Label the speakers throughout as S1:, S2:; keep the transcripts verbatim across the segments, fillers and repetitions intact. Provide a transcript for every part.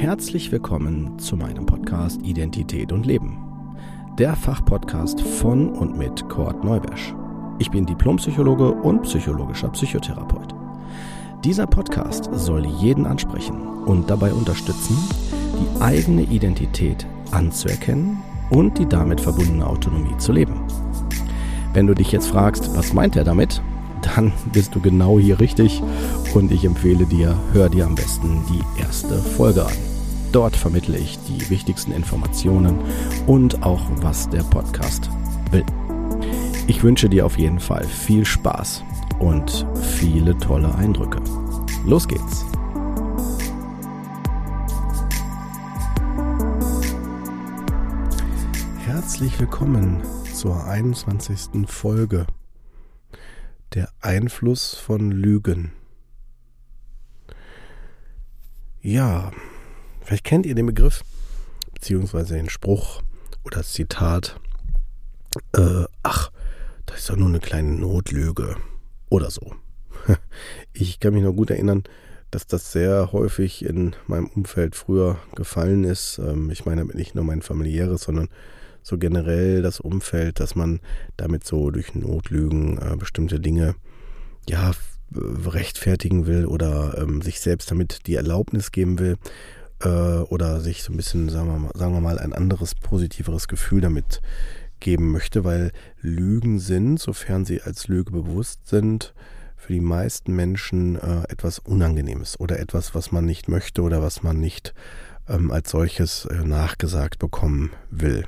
S1: Herzlich willkommen zu meinem Podcast Identität und Leben. Der Fachpodcast von und mit Kurt Neubersch. Ich bin Diplompsychologe und psychologischer Psychotherapeut. Dieser Podcast soll jeden ansprechen und dabei unterstützen, die eigene Identität anzuerkennen und die damit verbundene Autonomie zu leben. Wenn du dich jetzt fragst, was meint er damit, dann bist du genau hier richtig und ich empfehle dir, hör dir am besten die erste Folge an. Dort vermittle ich die wichtigsten Informationen und auch, was der Podcast will. Ich wünsche dir auf jeden Fall viel Spaß und viele tolle Eindrücke. Los geht's! Herzlich willkommen zur einundzwanzigsten Folge. Der Einfluss von Lügen. Ja, vielleicht kennt ihr den Begriff, beziehungsweise den Spruch oder das Zitat, äh, ach, das ist doch nur eine kleine Notlüge oder so. Ich kann mich noch gut erinnern, dass das sehr häufig in meinem Umfeld früher gefallen ist. Ich meine damit nicht nur mein familiäres, sondern so generell das Umfeld, dass man damit so durch Notlügen äh, bestimmte Dinge ja rechtfertigen will oder ähm, sich selbst damit die Erlaubnis geben will äh, oder sich so ein bisschen, sagen wir mal, sagen wir mal, ein anderes, positiveres Gefühl damit geben möchte, weil Lügen sind, sofern sie als Lüge bewusst sind, für die meisten Menschen äh, etwas Unangenehmes oder etwas, was man nicht möchte oder was man nicht ähm, als solches äh, nachgesagt bekommen will.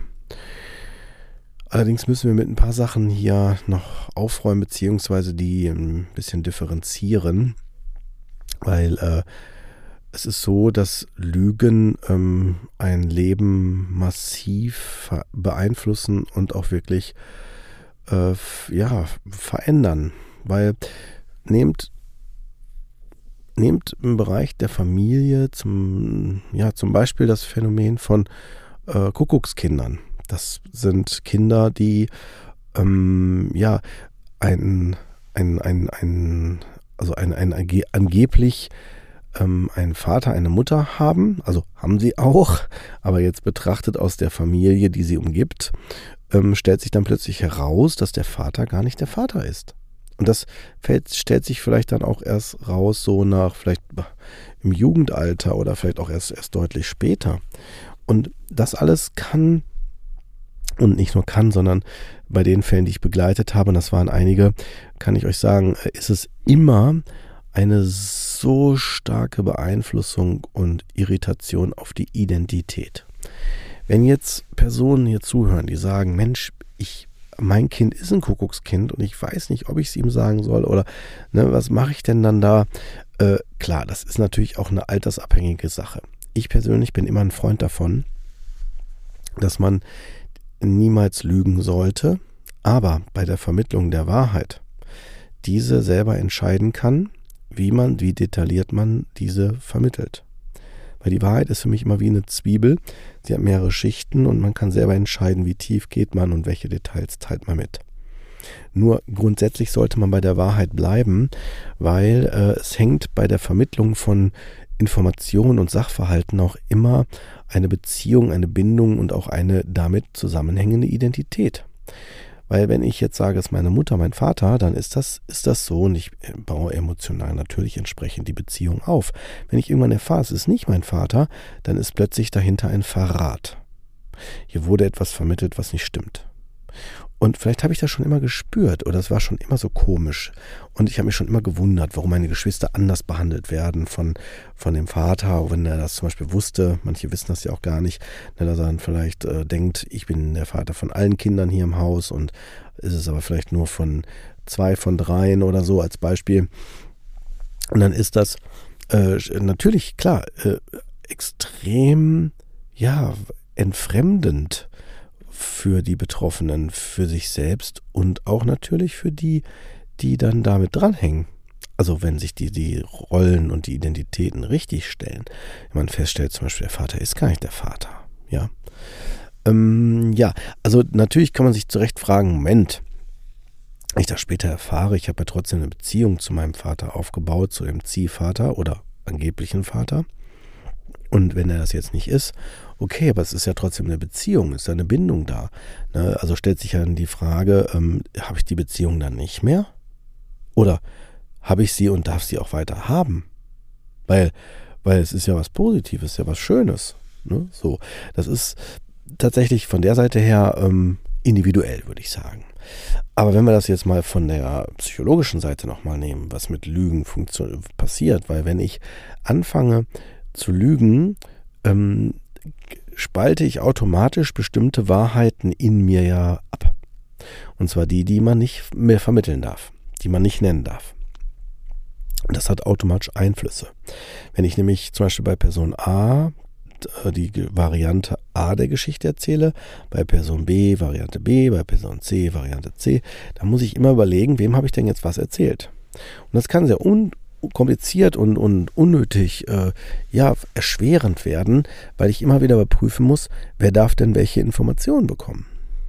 S1: Allerdings müssen wir mit ein paar Sachen hier noch aufräumen, beziehungsweise die ein bisschen differenzieren, weil äh, es ist so, dass Lügen ähm, ein Leben massiv beeinflussen und auch wirklich äh, ja, verändern, weil nehmt nehmt im Bereich der Familie zum, ja, zum Beispiel das Phänomen von äh, Kuckuckskindern. Das sind Kinder, die ähm, ja ein, ein, ein, ein, also ein, ein, ein angeblich ähm, einen Vater, eine Mutter haben, also haben sie auch, aber jetzt betrachtet aus der Familie, die sie umgibt, ähm, stellt sich dann plötzlich heraus, dass der Vater gar nicht der Vater ist. Und das fällt, stellt sich vielleicht dann auch erst raus, so nach vielleicht im Jugendalter oder vielleicht auch erst, erst deutlich später. Und das alles kann und nicht nur kann, sondern bei den Fällen, die ich begleitet habe, und das waren einige, kann ich euch sagen, ist es immer eine so starke Beeinflussung und Irritation auf die Identität. Wenn jetzt Personen hier zuhören, die sagen, Mensch, ich, mein Kind ist ein Kuckuckskind und ich weiß nicht, ob ich es ihm sagen soll oder ne, was mache ich denn dann da? Äh, klar, das ist natürlich auch eine altersabhängige Sache. Ich persönlich bin immer ein Freund davon, dass man niemals lügen sollte, aber bei der Vermittlung der Wahrheit diese selber entscheiden kann, wie man, wie detailliert man diese vermittelt. Weil die Wahrheit ist für mich immer wie eine Zwiebel. Sie hat mehrere Schichten und man kann selber entscheiden, wie tief geht man und welche Details teilt man mit. Nur grundsätzlich sollte man bei der Wahrheit bleiben, weil äh, es hängt bei der Vermittlung von Informationen und Sachverhalten auch immer eine Beziehung, eine Bindung und auch eine damit zusammenhängende Identität. Weil wenn ich jetzt sage, es ist meine Mutter, mein Vater, dann ist das, ist das so und ich baue emotional natürlich entsprechend die Beziehung auf. Wenn ich irgendwann erfahre, es ist nicht mein Vater, dann ist plötzlich dahinter ein Verrat. Hier wurde etwas vermittelt, was nicht stimmt. Und vielleicht habe ich das schon immer gespürt oder es war schon immer so komisch. Und ich habe mich schon immer gewundert, warum meine Geschwister anders behandelt werden von, von dem Vater, wenn er das zum Beispiel wusste. Manche wissen das ja auch gar nicht, dass er dann vielleicht äh, denkt, ich bin der Vater von allen Kindern hier im Haus und ist es aber vielleicht nur von zwei von dreien oder so als Beispiel. Und dann ist das äh, natürlich, klar, äh, extrem, ja, entfremdend für die Betroffenen, für sich selbst und auch natürlich für die, die dann damit dranhängen. Also wenn sich die, die Rollen und die Identitäten richtig stellen. Wenn man feststellt, zum Beispiel, der Vater ist gar nicht der Vater. Ja, ähm, ja, also natürlich kann man sich zu Recht fragen, Moment, ich das später erfahre, ich habe ja trotzdem eine Beziehung zu meinem Vater aufgebaut, zu dem Ziehvater oder angeblichen Vater. Und wenn er das jetzt nicht ist, okay, aber es ist ja trotzdem eine Beziehung, ist ja eine Bindung da. Ne? Also stellt sich ja dann die Frage, ähm, habe ich die Beziehung dann nicht mehr? Oder habe ich sie und darf sie auch weiter haben? Weil, weil es ist ja was Positives, ja was Schönes. Ne? So, das ist tatsächlich von der Seite her ähm, individuell, würde ich sagen. Aber wenn wir das jetzt mal von der psychologischen Seite nochmal nehmen, was mit Lügen funktio- passiert, weil wenn ich anfange zu lügen, ähm, spalte ich automatisch bestimmte Wahrheiten in mir ja ab. Und zwar die, die man nicht mehr vermitteln darf, die man nicht nennen darf. Das hat automatisch Einflüsse. Wenn ich nämlich zum Beispiel bei Person A die Variante A der Geschichte erzähle, bei Person B Variante B, bei Person C Variante C, dann muss ich immer überlegen, wem habe ich denn jetzt was erzählt. Und das kann sehr unkompliziert und, und unnötig, äh, ja, erschwerend werden, weil ich immer wieder überprüfen muss, wer darf denn welche Informationen bekommen.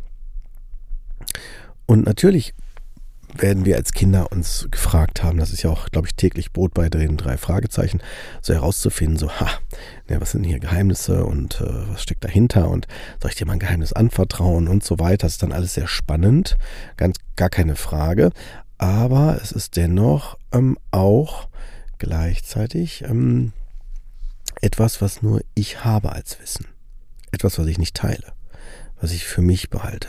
S1: Und natürlich werden wir als Kinder uns gefragt haben, das ist ja auch, glaube ich, täglich Brot bei den drei Fragezeichen, so herauszufinden, so, ha, ja, was sind hier Geheimnisse und äh, was steckt dahinter und soll ich dir mal ein Geheimnis anvertrauen und so weiter. Das ist dann alles sehr spannend, ganz gar keine Frage, aber es ist dennoch ähm, auch gleichzeitig ähm, etwas, was nur ich habe als Wissen. Etwas, was ich nicht teile, was ich für mich behalte.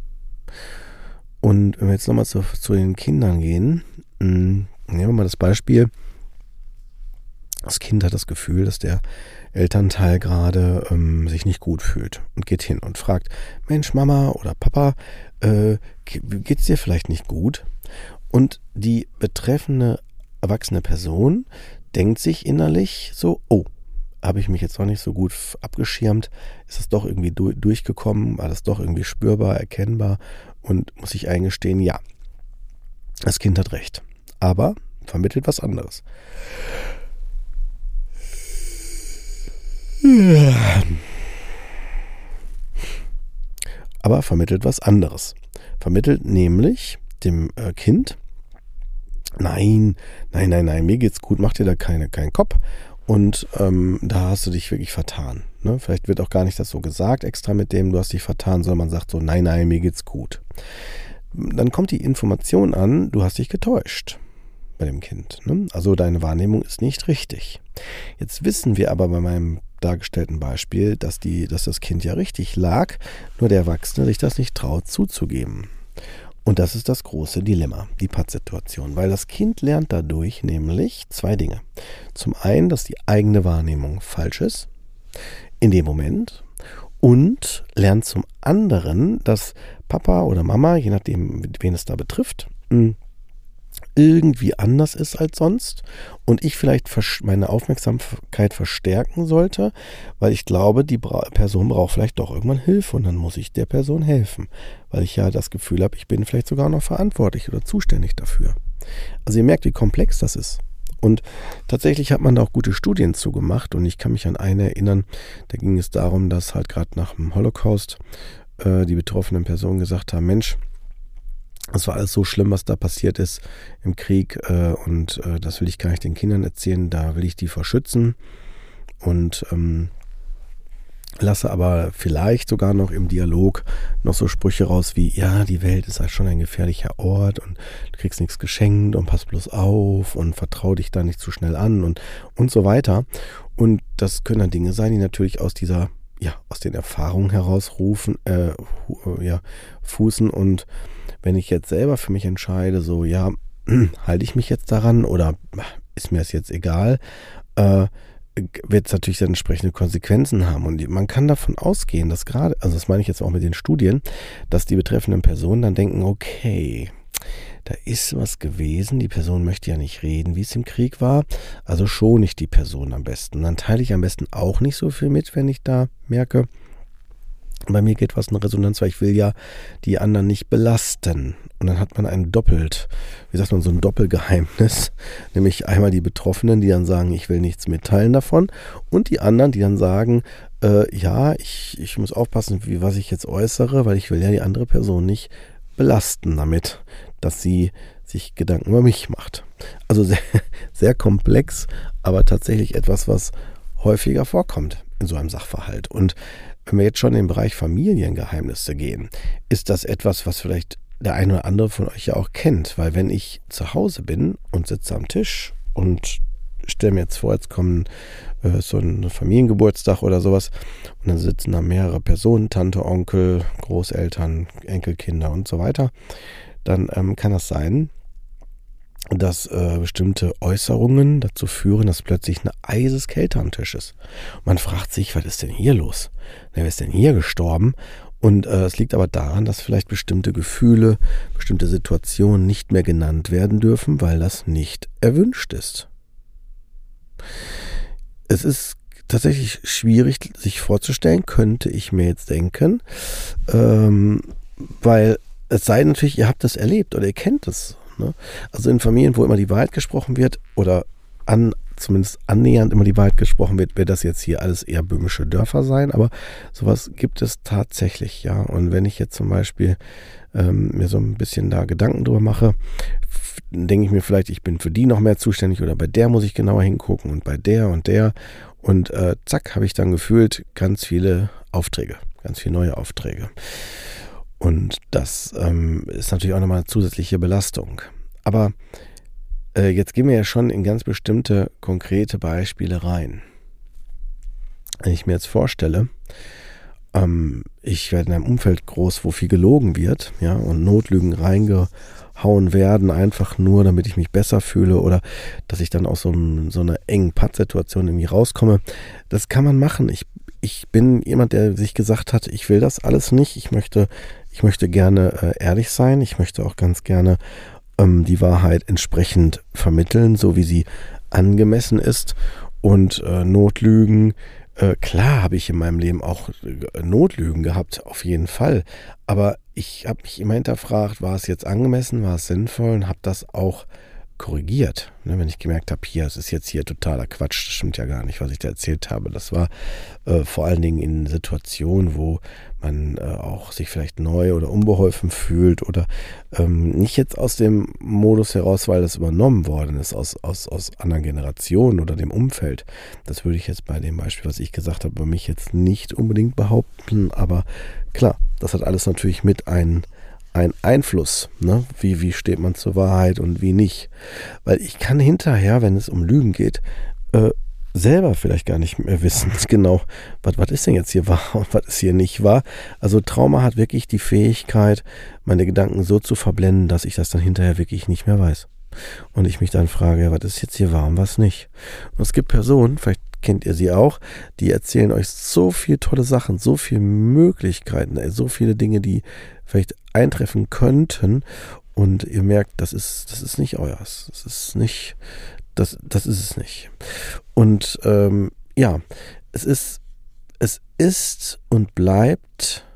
S1: Und wenn wir jetzt nochmal zu, zu den Kindern gehen, mh, nehmen wir mal das Beispiel, das Kind hat das Gefühl, dass der Elternteil gerade ähm, sich nicht gut fühlt und geht hin und fragt, Mensch, Mama oder Papa, äh, geht's dir vielleicht nicht gut? Und die betreffende erwachsene Person denkt sich innerlich so, oh, habe ich mich jetzt noch nicht so gut abgeschirmt, ist das doch irgendwie du- durchgekommen, war das doch irgendwie spürbar, erkennbar und muss ich eingestehen, ja, das Kind hat recht, aber vermittelt was anderes. Aber vermittelt was anderes. Vermittelt nämlich dem äh, Kind, nein, nein, nein, nein, mir geht's gut, mach dir da keine, keinen Kopf. Und ähm, da hast du dich wirklich vertan. Ne? Vielleicht wird auch gar nicht das so gesagt, extra mit dem, du hast dich vertan, sondern man sagt so, nein, nein, mir geht's gut. Dann kommt die Information an, du hast dich getäuscht bei dem Kind. Ne? Also deine Wahrnehmung ist nicht richtig. Jetzt wissen wir aber bei meinem dargestellten Beispiel, dass, die, dass das Kind ja richtig lag, nur der Erwachsene sich das nicht traut zuzugeben. Und das ist das große Dilemma, die Pattsituation, weil das Kind lernt dadurch nämlich zwei Dinge. Zum einen, dass die eigene Wahrnehmung falsch ist, in dem Moment, und lernt zum anderen, dass Papa oder Mama, je nachdem, wen es da betrifft, irgendwie anders ist als sonst und ich vielleicht meine Aufmerksamkeit verstärken sollte, weil ich glaube, die Person braucht vielleicht doch irgendwann Hilfe und dann muss ich der Person helfen, weil ich ja das Gefühl habe, ich bin vielleicht sogar noch verantwortlich oder zuständig dafür. Also ihr merkt, wie komplex das ist. Und tatsächlich hat man da auch gute Studien zugemacht und ich kann mich an eine erinnern, da ging es darum, dass halt gerade nach dem Holocaust äh, die betroffenen Personen gesagt haben, Mensch, das war alles so schlimm, was da passiert ist im Krieg äh, und äh, das will ich gar nicht den Kindern erzählen, da will ich die vor schützen und ähm, lasse aber vielleicht sogar noch im Dialog noch so Sprüche raus wie, ja, die Welt ist halt schon ein gefährlicher Ort und du kriegst nichts geschenkt und pass bloß auf und vertrau dich da nicht zu schnell an und, und so weiter. Und das können dann Dinge sein, die natürlich aus dieser, ja, aus den Erfahrungen herausrufen, äh, ja, fußen und wenn ich jetzt selber für mich entscheide, so, ja, halte ich mich jetzt daran oder ist mir es jetzt egal, äh, wird es natürlich dann entsprechende Konsequenzen haben. Und man kann davon ausgehen, dass gerade, also das meine ich jetzt auch mit den Studien, dass die betreffenden Personen dann denken, okay, da ist was gewesen, die Person möchte ja nicht reden, wie es im Krieg war, also schone ich die Person am besten. Und dann teile ich am besten auch nicht so viel mit, wenn ich da merke, bei mir geht was in Resonanz, weil ich will ja die anderen nicht belasten. Und dann hat man ein doppelt, wie sagt man, so ein Doppelgeheimnis. Nämlich einmal die Betroffenen, die dann sagen, ich will nichts mitteilen davon. Und die anderen, die dann sagen, äh, ja, ich, ich muss aufpassen, wie was ich jetzt äußere, weil ich will ja die andere Person nicht belasten damit, dass sie sich Gedanken über mich macht. Also sehr, sehr komplex, aber tatsächlich etwas, was häufiger vorkommt in so einem Sachverhalt. Und wenn wir jetzt schon in den Bereich Familiengeheimnisse gehen, ist das etwas, was vielleicht der eine oder andere von euch ja auch kennt. Weil wenn ich zu Hause bin und sitze am Tisch und stelle mir jetzt vor, jetzt kommen äh, so ein Familiengeburtstag oder sowas und dann sitzen da mehrere Personen, Tante, Onkel, Großeltern, Enkelkinder und so weiter, dann ähm, kann das sein, dass äh, bestimmte Äußerungen dazu führen, dass plötzlich eine Eiseskälte am Tisch ist. Man fragt sich, was ist denn hier los? Wer ist denn hier gestorben? Und äh, es liegt aber daran, dass vielleicht bestimmte Gefühle, bestimmte Situationen nicht mehr genannt werden dürfen, weil das nicht erwünscht ist. Es ist tatsächlich schwierig, sich vorzustellen, könnte ich mir jetzt denken, ähm, weil es sei natürlich, ihr habt das erlebt oder ihr kennt es. Ne? Also in Familien, wo immer die Wahrheit gesprochen wird oder an, zumindest annähernd immer die Wahrheit gesprochen wird, wird das jetzt hier alles eher böhmische Dörfer sein, aber sowas gibt es tatsächlich, ja. Und wenn ich jetzt zum Beispiel ähm, mir so ein bisschen da Gedanken drüber mache, f- denke ich mir vielleicht, ich bin für die noch mehr zuständig oder bei der muss ich genauer hingucken und bei der und der und äh, zack, habe ich dann gefühlt ganz viele Aufträge, ganz viele neue Aufträge. Und das ähm, ist natürlich auch nochmal eine zusätzliche Belastung. Aber äh, jetzt gehen wir ja schon in ganz bestimmte konkrete Beispiele rein. Wenn ich mir jetzt vorstelle, ähm, ich werde in einem Umfeld groß, wo viel gelogen wird, ja, und Notlügen reingehauen werden, einfach nur, damit ich mich besser fühle oder dass ich dann aus so, einem, so einer engen Pattsituation irgendwie rauskomme. Das kann man machen. Ich Ich bin jemand, der sich gesagt hat, ich will das alles nicht. Ich möchte, ich möchte gerne äh, ehrlich sein. Ich möchte auch ganz gerne ähm, die Wahrheit entsprechend vermitteln, so wie sie angemessen ist. Und äh, Notlügen, äh, klar habe ich in meinem Leben auch äh, Notlügen gehabt, auf jeden Fall. Aber ich habe mich immer hinterfragt, war es jetzt angemessen, war es sinnvoll und habe das auch korrigiert, ne, wenn ich gemerkt habe, hier, es ist jetzt hier totaler Quatsch, das stimmt ja gar nicht, was ich da erzählt habe. Das war äh, vor allen Dingen in Situationen, wo man äh, auch sich vielleicht neu oder unbeholfen fühlt oder ähm, nicht jetzt aus dem Modus heraus, weil das übernommen worden ist, aus, aus, aus anderen Generationen oder dem Umfeld. Das würde ich jetzt bei dem Beispiel, was ich gesagt habe, bei mich jetzt nicht unbedingt behaupten, aber klar, das hat alles natürlich mit ein ein Einfluss, ne? Wie, wie steht man zur Wahrheit und wie nicht. Weil ich kann hinterher, wenn es um Lügen geht, äh, selber vielleicht gar nicht mehr wissen, genau, was, was ist denn jetzt hier wahr und was ist hier nicht wahr. Also Trauma hat wirklich die Fähigkeit, meine Gedanken so zu verblenden, dass ich das dann hinterher wirklich nicht mehr weiß. Und ich mich dann frage, was ist jetzt hier wahr und was nicht. Und es gibt Personen, vielleicht kennt ihr sie auch, die erzählen euch so viele tolle Sachen, so viele Möglichkeiten, so viele Dinge, die vielleicht eintreffen könnten und ihr merkt, das ist, das ist nicht euers. Das ist nicht, das, das ist es nicht. Und ähm, ja, es ist, es ist und bleibt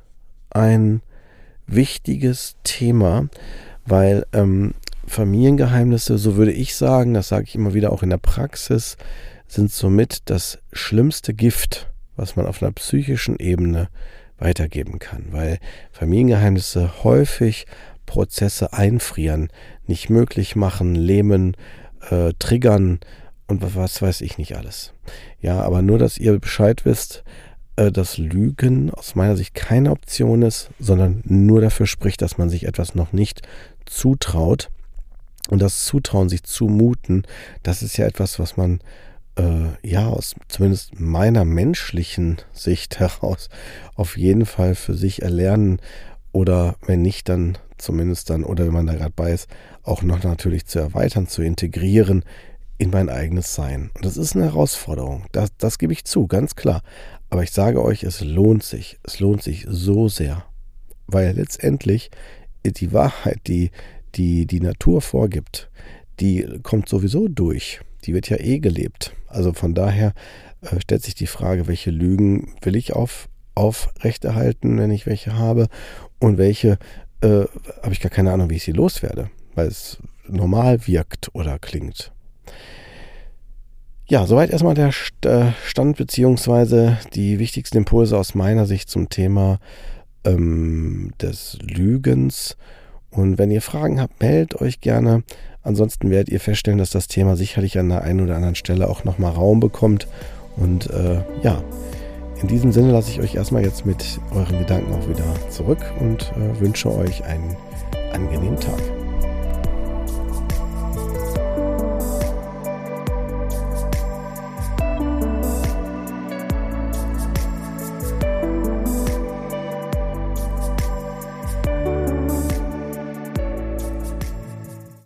S1: ein wichtiges Thema, weil ähm, Familiengeheimnisse, so würde ich sagen, das sage ich immer wieder auch in der Praxis, sind somit das schlimmste Gift, was man auf einer psychischen Ebene weitergeben kann, weil Familiengeheimnisse häufig Prozesse einfrieren, nicht möglich machen, lähmen, äh, triggern und was weiß ich nicht alles. Ja, aber nur, dass ihr Bescheid wisst, äh, dass Lügen aus meiner Sicht keine Option ist, sondern nur dafür spricht, dass man sich etwas noch nicht zutraut. Und das Zutrauen, sich zumuten, das ist ja etwas, was man ja, aus zumindest meiner menschlichen Sicht heraus auf jeden Fall für sich erlernen oder wenn nicht, dann zumindest dann, oder wenn man da gerade bei ist, auch noch natürlich zu erweitern, zu integrieren in mein eigenes Sein. Und das ist eine Herausforderung, das, das gebe ich zu, ganz klar. Aber ich sage euch, es lohnt sich, es lohnt sich so sehr, weil letztendlich die Wahrheit, die die, die Natur vorgibt, die kommt sowieso durch. Die wird ja eh gelebt. Also von daher äh, stellt sich die Frage, welche Lügen will ich auf, aufrechterhalten, wenn ich welche habe und welche äh, habe ich gar keine Ahnung, wie ich sie loswerde, weil es normal wirkt oder klingt. Ja, soweit erstmal der Stand bzw. die wichtigsten Impulse aus meiner Sicht zum Thema ähm, des Lügens. Und wenn ihr Fragen habt, meldet euch gerne. Ansonsten werdet ihr feststellen, dass das Thema sicherlich an der einen oder anderen Stelle auch nochmal Raum bekommt Und äh, ja, in diesem Sinne lasse ich euch erstmal jetzt mit euren Gedanken auch wieder zurück und äh, wünsche euch einen angenehmen Tag.